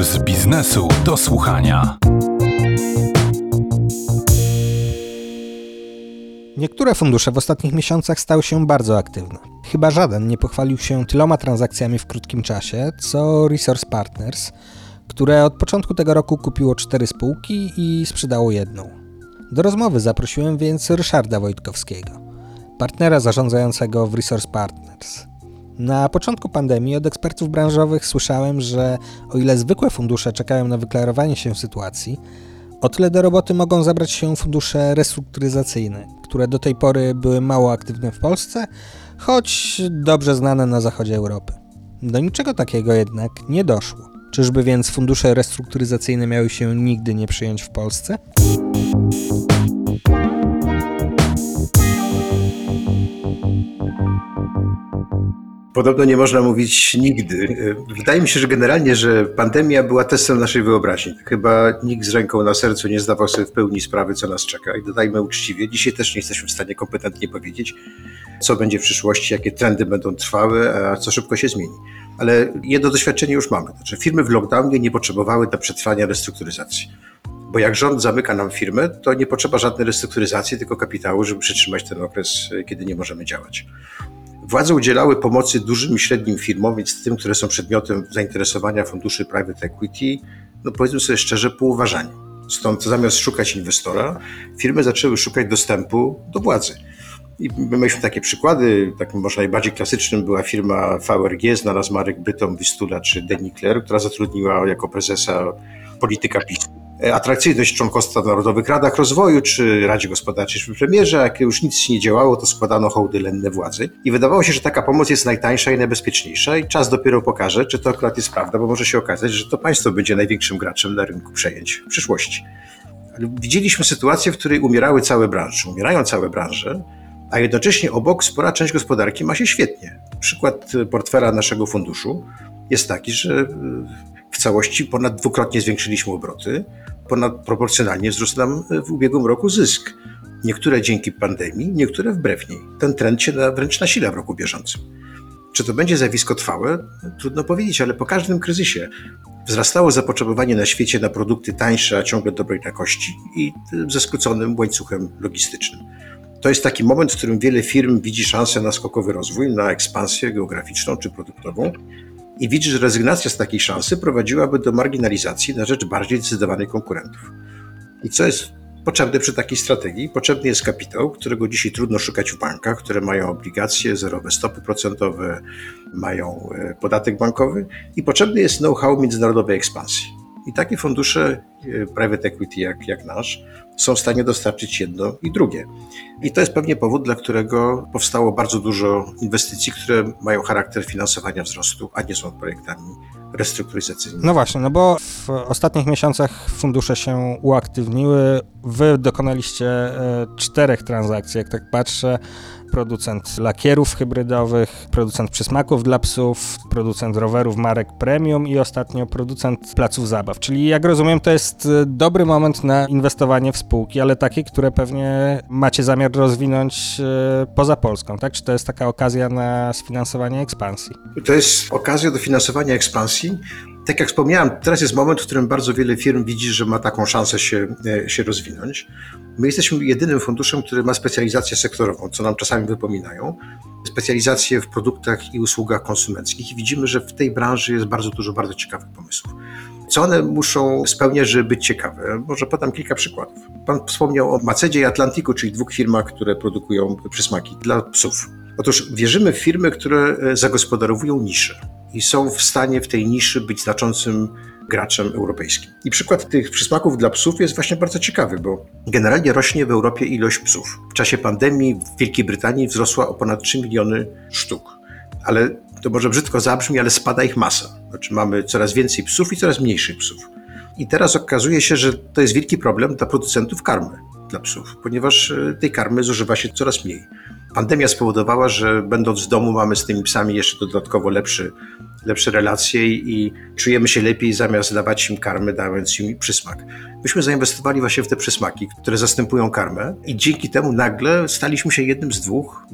Z biznesu do słuchania. Niektóre fundusze w ostatnich miesiącach stały się bardzo aktywne. Chyba żaden nie pochwalił się tyloma transakcjami w krótkim czasie, co Resource Partners, które od początku tego roku kupiło 4 spółki i sprzedało jedną. Do rozmowy zaprosiłem więc Ryszarda Wojtkowskiego, partnera zarządzającego w Resource Partners. Na początku pandemii od ekspertów branżowych słyszałem, że o ile zwykłe fundusze czekają na wyklarowanie się sytuacji, o tyle do roboty mogą zabrać się fundusze restrukturyzacyjne, które do tej pory były mało aktywne w Polsce, choć dobrze znane na zachodzie Europy. Do niczego takiego jednak nie doszło. Czyżby więc fundusze restrukturyzacyjne miały się nigdy nie przyjąć w Polsce? Podobno nie można mówić nigdy. Wydaje mi się, że generalnie, że pandemia była testem naszej wyobraźni. Chyba nikt z ręką na sercu nie zdawał sobie w pełni sprawy, co nas czeka. I dodajmy uczciwie, dzisiaj też nie jesteśmy w stanie kompetentnie powiedzieć, co będzie w przyszłości, jakie trendy będą trwały, a co szybko się zmieni. Ale jedno doświadczenie już mamy. Znaczy, firmy w lockdownie nie potrzebowały do przetrwania restrukturyzacji. Bo jak rząd zamyka nam firmę, to nie potrzeba żadnej restrukturyzacji, tylko kapitału, żeby przytrzymać ten okres, kiedy nie możemy działać. Władze udzielały pomocy dużym i średnim firmom, więc tym, które są przedmiotem zainteresowania funduszy private equity, powiedzmy sobie szczerze, po uważaniu. Stąd zamiast szukać inwestora, firmy zaczęły szukać dostępu do władzy. I my mieliśmy takie przykłady, takim może najbardziej klasycznym była firma VRG, znana z marek Bytom, Wistula czy Denikler, która zatrudniła jako prezesa polityka PiS. Atrakcyjność członkostwa w Narodowych Radach Rozwoju czy Radzie Gospodarczej czy premierze, jak już nic nie działało, to składano hołdy lenne władzy. I wydawało się, że taka pomoc jest najtańsza i najbezpieczniejsza i czas dopiero pokaże, czy to akurat jest prawda, bo może się okazać, że to państwo będzie największym graczem na rynku przejęć w przyszłości. Ale widzieliśmy sytuację, w której umierają całe branże, a jednocześnie obok spora część gospodarki ma się świetnie. Przykład portfela naszego funduszu jest taki, że w całości ponad dwukrotnie zwiększyliśmy obroty, ponadproporcjonalnie wzrósł nam w ubiegłym roku zysk. Niektóre dzięki pandemii, niektóre wbrew niej. Ten trend się wręcz nasila w roku bieżącym. Czy to będzie zjawisko trwałe? Trudno powiedzieć, ale po każdym kryzysie wzrastało zapotrzebowanie na świecie na produkty tańsze, a ciągle dobrej jakości i ze skróconym łańcuchem logistycznym. To jest taki moment, w którym wiele firm widzi szansę na skokowy rozwój, na ekspansję geograficzną czy produktową i widzi, że rezygnacja z takiej szansy prowadziłaby do marginalizacji na rzecz bardziej zdecydowanych konkurentów. I co jest potrzebne przy takiej strategii? Potrzebny jest kapitał, którego dzisiaj trudno szukać w bankach, które mają obligacje, zerowe stopy procentowe, mają podatek bankowy i potrzebny jest know-how międzynarodowej ekspansji. I takie fundusze private equity jak nasz są w stanie dostarczyć jedno i drugie. I to jest pewnie powód, dla którego powstało bardzo dużo inwestycji, które mają charakter finansowania wzrostu, a nie są projektami restrukturyzacyjnymi. No właśnie, bo w ostatnich miesiącach fundusze się uaktywniły. Wy dokonaliście 4 transakcji, jak tak patrzę. Producent lakierów hybrydowych, producent przysmaków dla psów, producent rowerów marek premium i ostatnio producent placów zabaw. Czyli jak rozumiem, to jest dobry moment na inwestowanie w spółki, ale takie, które pewnie macie zamiar rozwinąć poza Polską, tak? Czy to jest taka okazja na sfinansowanie ekspansji? To jest okazja do finansowania ekspansji. Tak jak wspomniałem, teraz jest moment, w którym bardzo wiele firm widzi, że ma taką szansę się rozwinąć. My jesteśmy jedynym funduszem, który ma specjalizację sektorową, co nam czasami wypominają. Specjalizację w produktach i usługach konsumenckich i widzimy, że w tej branży jest bardzo dużo bardzo ciekawych pomysłów. Co one muszą spełniać, żeby być ciekawe? Może podam kilka przykładów. Pan wspomniał o Macedzie i Atlantiku, czyli 2 firmach, które produkują przysmaki dla psów. Otóż wierzymy w firmy, które zagospodarowują niszę i są w stanie w tej niszy być znaczącym graczem europejskim. I przykład tych przysmaków dla psów jest właśnie bardzo ciekawy, bo generalnie rośnie w Europie ilość psów. W czasie pandemii w Wielkiej Brytanii wzrosła o ponad 3 miliony sztuk. Ale to może brzydko zabrzmi, ale spada ich masa. Znaczy mamy coraz więcej psów i coraz mniejszych psów. I teraz okazuje się, że to jest wielki problem dla producentów karmy dla psów, ponieważ tej karmy zużywa się coraz mniej. Pandemia spowodowała, że będąc w domu mamy z tymi psami jeszcze dodatkowo lepszy lepsze relacje i czujemy się lepiej zamiast dawać im karmę, dając im przysmak. Myśmy zainwestowali właśnie w te przysmaki, które zastępują karmę i dzięki temu nagle staliśmy się jednym z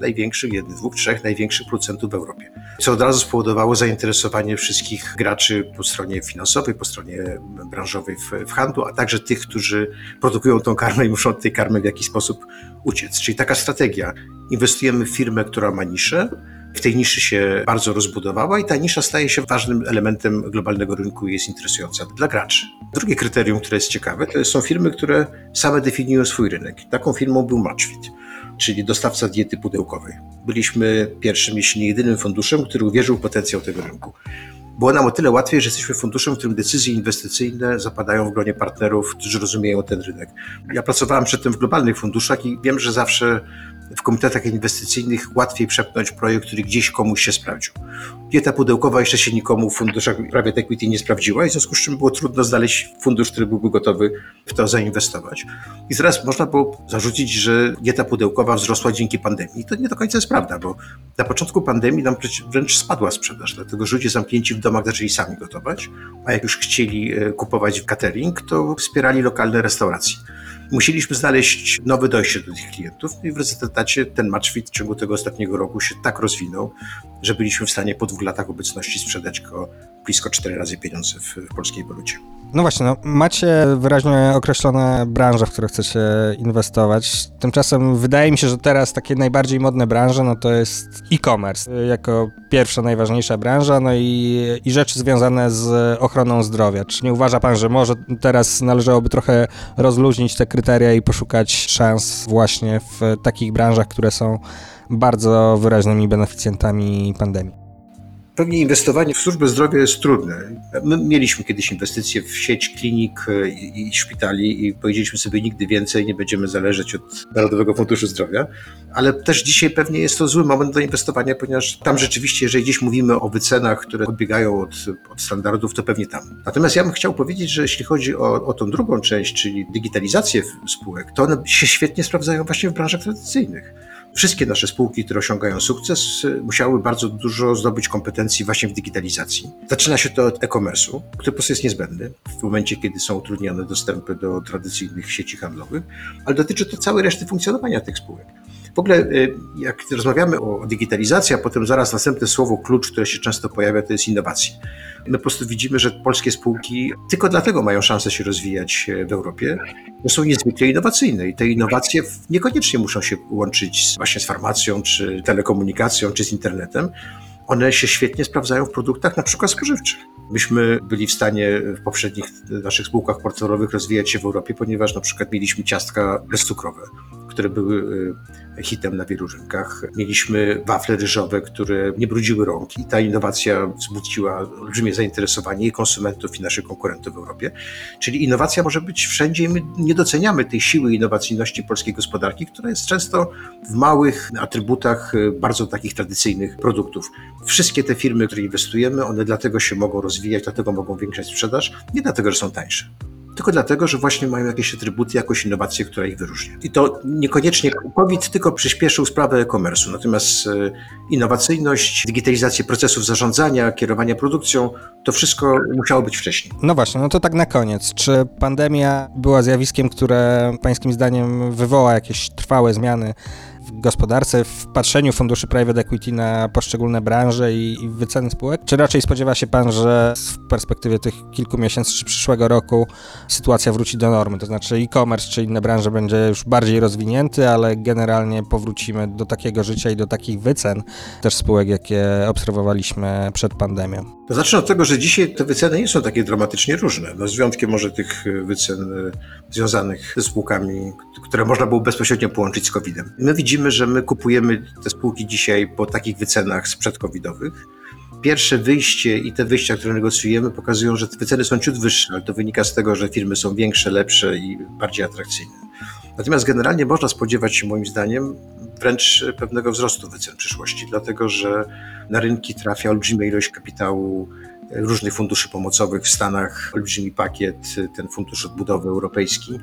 trzech największych producentów w Europie. Co od razu spowodowało zainteresowanie wszystkich graczy po stronie finansowej, po stronie branżowej w handlu, a także tych, którzy produkują tą karmę i muszą od tej karmy w jakiś sposób uciec. Czyli taka strategia. Inwestujemy w firmę, która ma niszę, w tej niszy się bardzo rozbudowała i ta nisza staje się ważnym elementem globalnego rynku i jest interesująca dla graczy. Drugie kryterium, które jest ciekawe, to są firmy, które same definiują swój rynek. Taką firmą był Matchfit, czyli dostawca diety pudełkowej. Byliśmy pierwszym, jeśli nie jedynym funduszem, który uwierzył w potencjał tego rynku. Było nam o tyle łatwiej, że jesteśmy funduszem, w którym decyzje inwestycyjne zapadają w gronie partnerów, którzy rozumieją ten rynek. Ja pracowałem przedtem w globalnych funduszach i wiem, że zawsze w komitetach inwestycyjnych łatwiej przepchnąć projekt, który gdzieś komuś się sprawdził. Dieta pudełkowa jeszcze się nikomu w funduszach private equity nie sprawdziła i w związku z czym było trudno znaleźć fundusz, który byłby gotowy w to zainwestować. I zaraz można było zarzucić, że dieta pudełkowa wzrosła dzięki pandemii. I to nie do końca jest prawda, bo na początku pandemii nam wręcz spadła sprzedaż, dlatego że ludzie zamknięci w domach zaczęli sami gotować, a jak już chcieli kupować catering, to wspierali lokalne restauracje. Musieliśmy znaleźć nowe dojście do tych klientów i w rezultacie ten Matchfit w ciągu tego ostatniego roku się tak rozwinął, że byliśmy w stanie po 2 latach obecności sprzedać go blisko 4 razy pieniądze w polskiej walucie. No właśnie, macie wyraźnie określone branże, w które chcecie inwestować. Tymczasem wydaje mi się, że teraz takie najbardziej modne branże, no to jest e-commerce jako pierwsza, najważniejsza branża, no i rzeczy związane z ochroną zdrowia. Czy nie uważa pan, że może teraz należałoby trochę rozluźnić te kryteria i poszukać szans właśnie w takich branżach, które są bardzo wyraźnymi beneficjentami pandemii? Pewnie inwestowanie w służbę zdrowia jest trudne. My mieliśmy kiedyś inwestycje w sieć klinik i szpitali i powiedzieliśmy sobie nigdy więcej, nie będziemy zależeć od Narodowego Funduszu Zdrowia, ale też dzisiaj pewnie jest to zły moment do inwestowania, ponieważ tam rzeczywiście, jeżeli gdzieś mówimy o wycenach, które odbiegają od standardów, to pewnie tam. Natomiast ja bym chciał powiedzieć, że jeśli chodzi o tą drugą część, czyli digitalizację spółek, to one się świetnie sprawdzają właśnie w branżach tradycyjnych. Wszystkie nasze spółki, które osiągają sukces, musiały bardzo dużo zdobyć kompetencji właśnie w digitalizacji. Zaczyna się to od e-commerce'u, który po prostu jest niezbędny w momencie, kiedy są utrudnione dostępy do tradycyjnych sieci handlowych, ale dotyczy to całej reszty funkcjonowania tych spółek. W ogóle jak rozmawiamy o digitalizacji, a potem zaraz następne słowo klucz, które się często pojawia, to jest innowacje. My po prostu widzimy, że polskie spółki tylko dlatego mają szansę się rozwijać w Europie, że są niezwykle innowacyjne i te innowacje niekoniecznie muszą się łączyć właśnie z farmacją, czy telekomunikacją, czy z internetem. One się świetnie sprawdzają w produktach na przykład spożywczych. Myśmy byli w stanie w poprzednich naszych spółkach portfelowych rozwijać się w Europie, ponieważ na przykład mieliśmy ciastka bezcukrowe, które były hitem na wielu rynkach. Mieliśmy wafle ryżowe, które nie brudziły rąk i ta innowacja wzbudziła olbrzymie zainteresowanie i konsumentów, i naszych konkurentów w Europie. Czyli innowacja może być wszędzie i my nie doceniamy tej siły innowacyjności polskiej gospodarki, która jest często w małych atrybutach bardzo takich tradycyjnych produktów. Wszystkie te firmy, w które inwestujemy, one dlatego się mogą rozwijać, dlatego mogą zwiększać sprzedaż, nie dlatego, że są tańsze, tylko dlatego, że właśnie mają jakieś atrybuty, jakąś innowację, która ich wyróżnia. I to niekoniecznie COVID tylko przyspieszył sprawę e-commerce'u, natomiast innowacyjność, digitalizację procesów zarządzania, kierowania produkcją, to wszystko musiało być wcześniej. No właśnie, no to tak na koniec. Czy pandemia była zjawiskiem, które pańskim zdaniem wywoła jakieś trwałe zmiany w gospodarce, w patrzeniu funduszy private equity na poszczególne branże i wyceny spółek? Czy raczej spodziewa się pan, że w perspektywie tych kilku miesięcy czy przyszłego roku sytuacja wróci do normy? To znaczy e-commerce czy inne branże będzie już bardziej rozwinięty, ale generalnie powrócimy do takiego życia i do takich wycen też spółek, jakie obserwowaliśmy przed pandemią? To zacznę od tego, że dzisiaj te wyceny nie są takie dramatycznie różne. No z wyjątkiem może tych wycen związanych ze spółkami, które można było bezpośrednio połączyć z COVID-em. My widzimy, że my kupujemy te spółki dzisiaj po takich wycenach sprzed covidowych. Pierwsze wyjście i te wyjścia, które negocjujemy, pokazują, że te wyceny są ciut wyższe, ale to wynika z tego, że firmy są większe, lepsze i bardziej atrakcyjne. Natomiast generalnie można spodziewać się, moim zdaniem, wręcz pewnego wzrostu wycen w przyszłości, dlatego że na rynki trafia olbrzymia ilość kapitału różnych funduszy pomocowych w Stanach, olbrzymi pakiet, ten fundusz odbudowy europejski.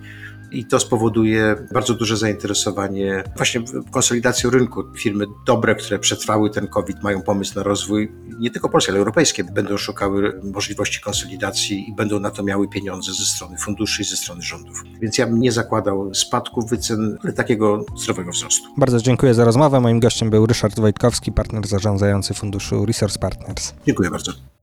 i to spowoduje bardzo duże zainteresowanie właśnie konsolidacją rynku. Firmy dobre, które przetrwały ten COVID, mają pomysł na rozwój, nie tylko polskie, ale europejskie, będą szukały możliwości konsolidacji i będą na to miały pieniądze ze strony funduszy i ze strony rządów. Więc ja bym nie zakładał spadków wycen, ale takiego zdrowego wzrostu. Bardzo dziękuję za rozmowę. Moim gościem był Ryszard Wojtkowski, partner zarządzający funduszu Resource Partners. Dziękuję bardzo.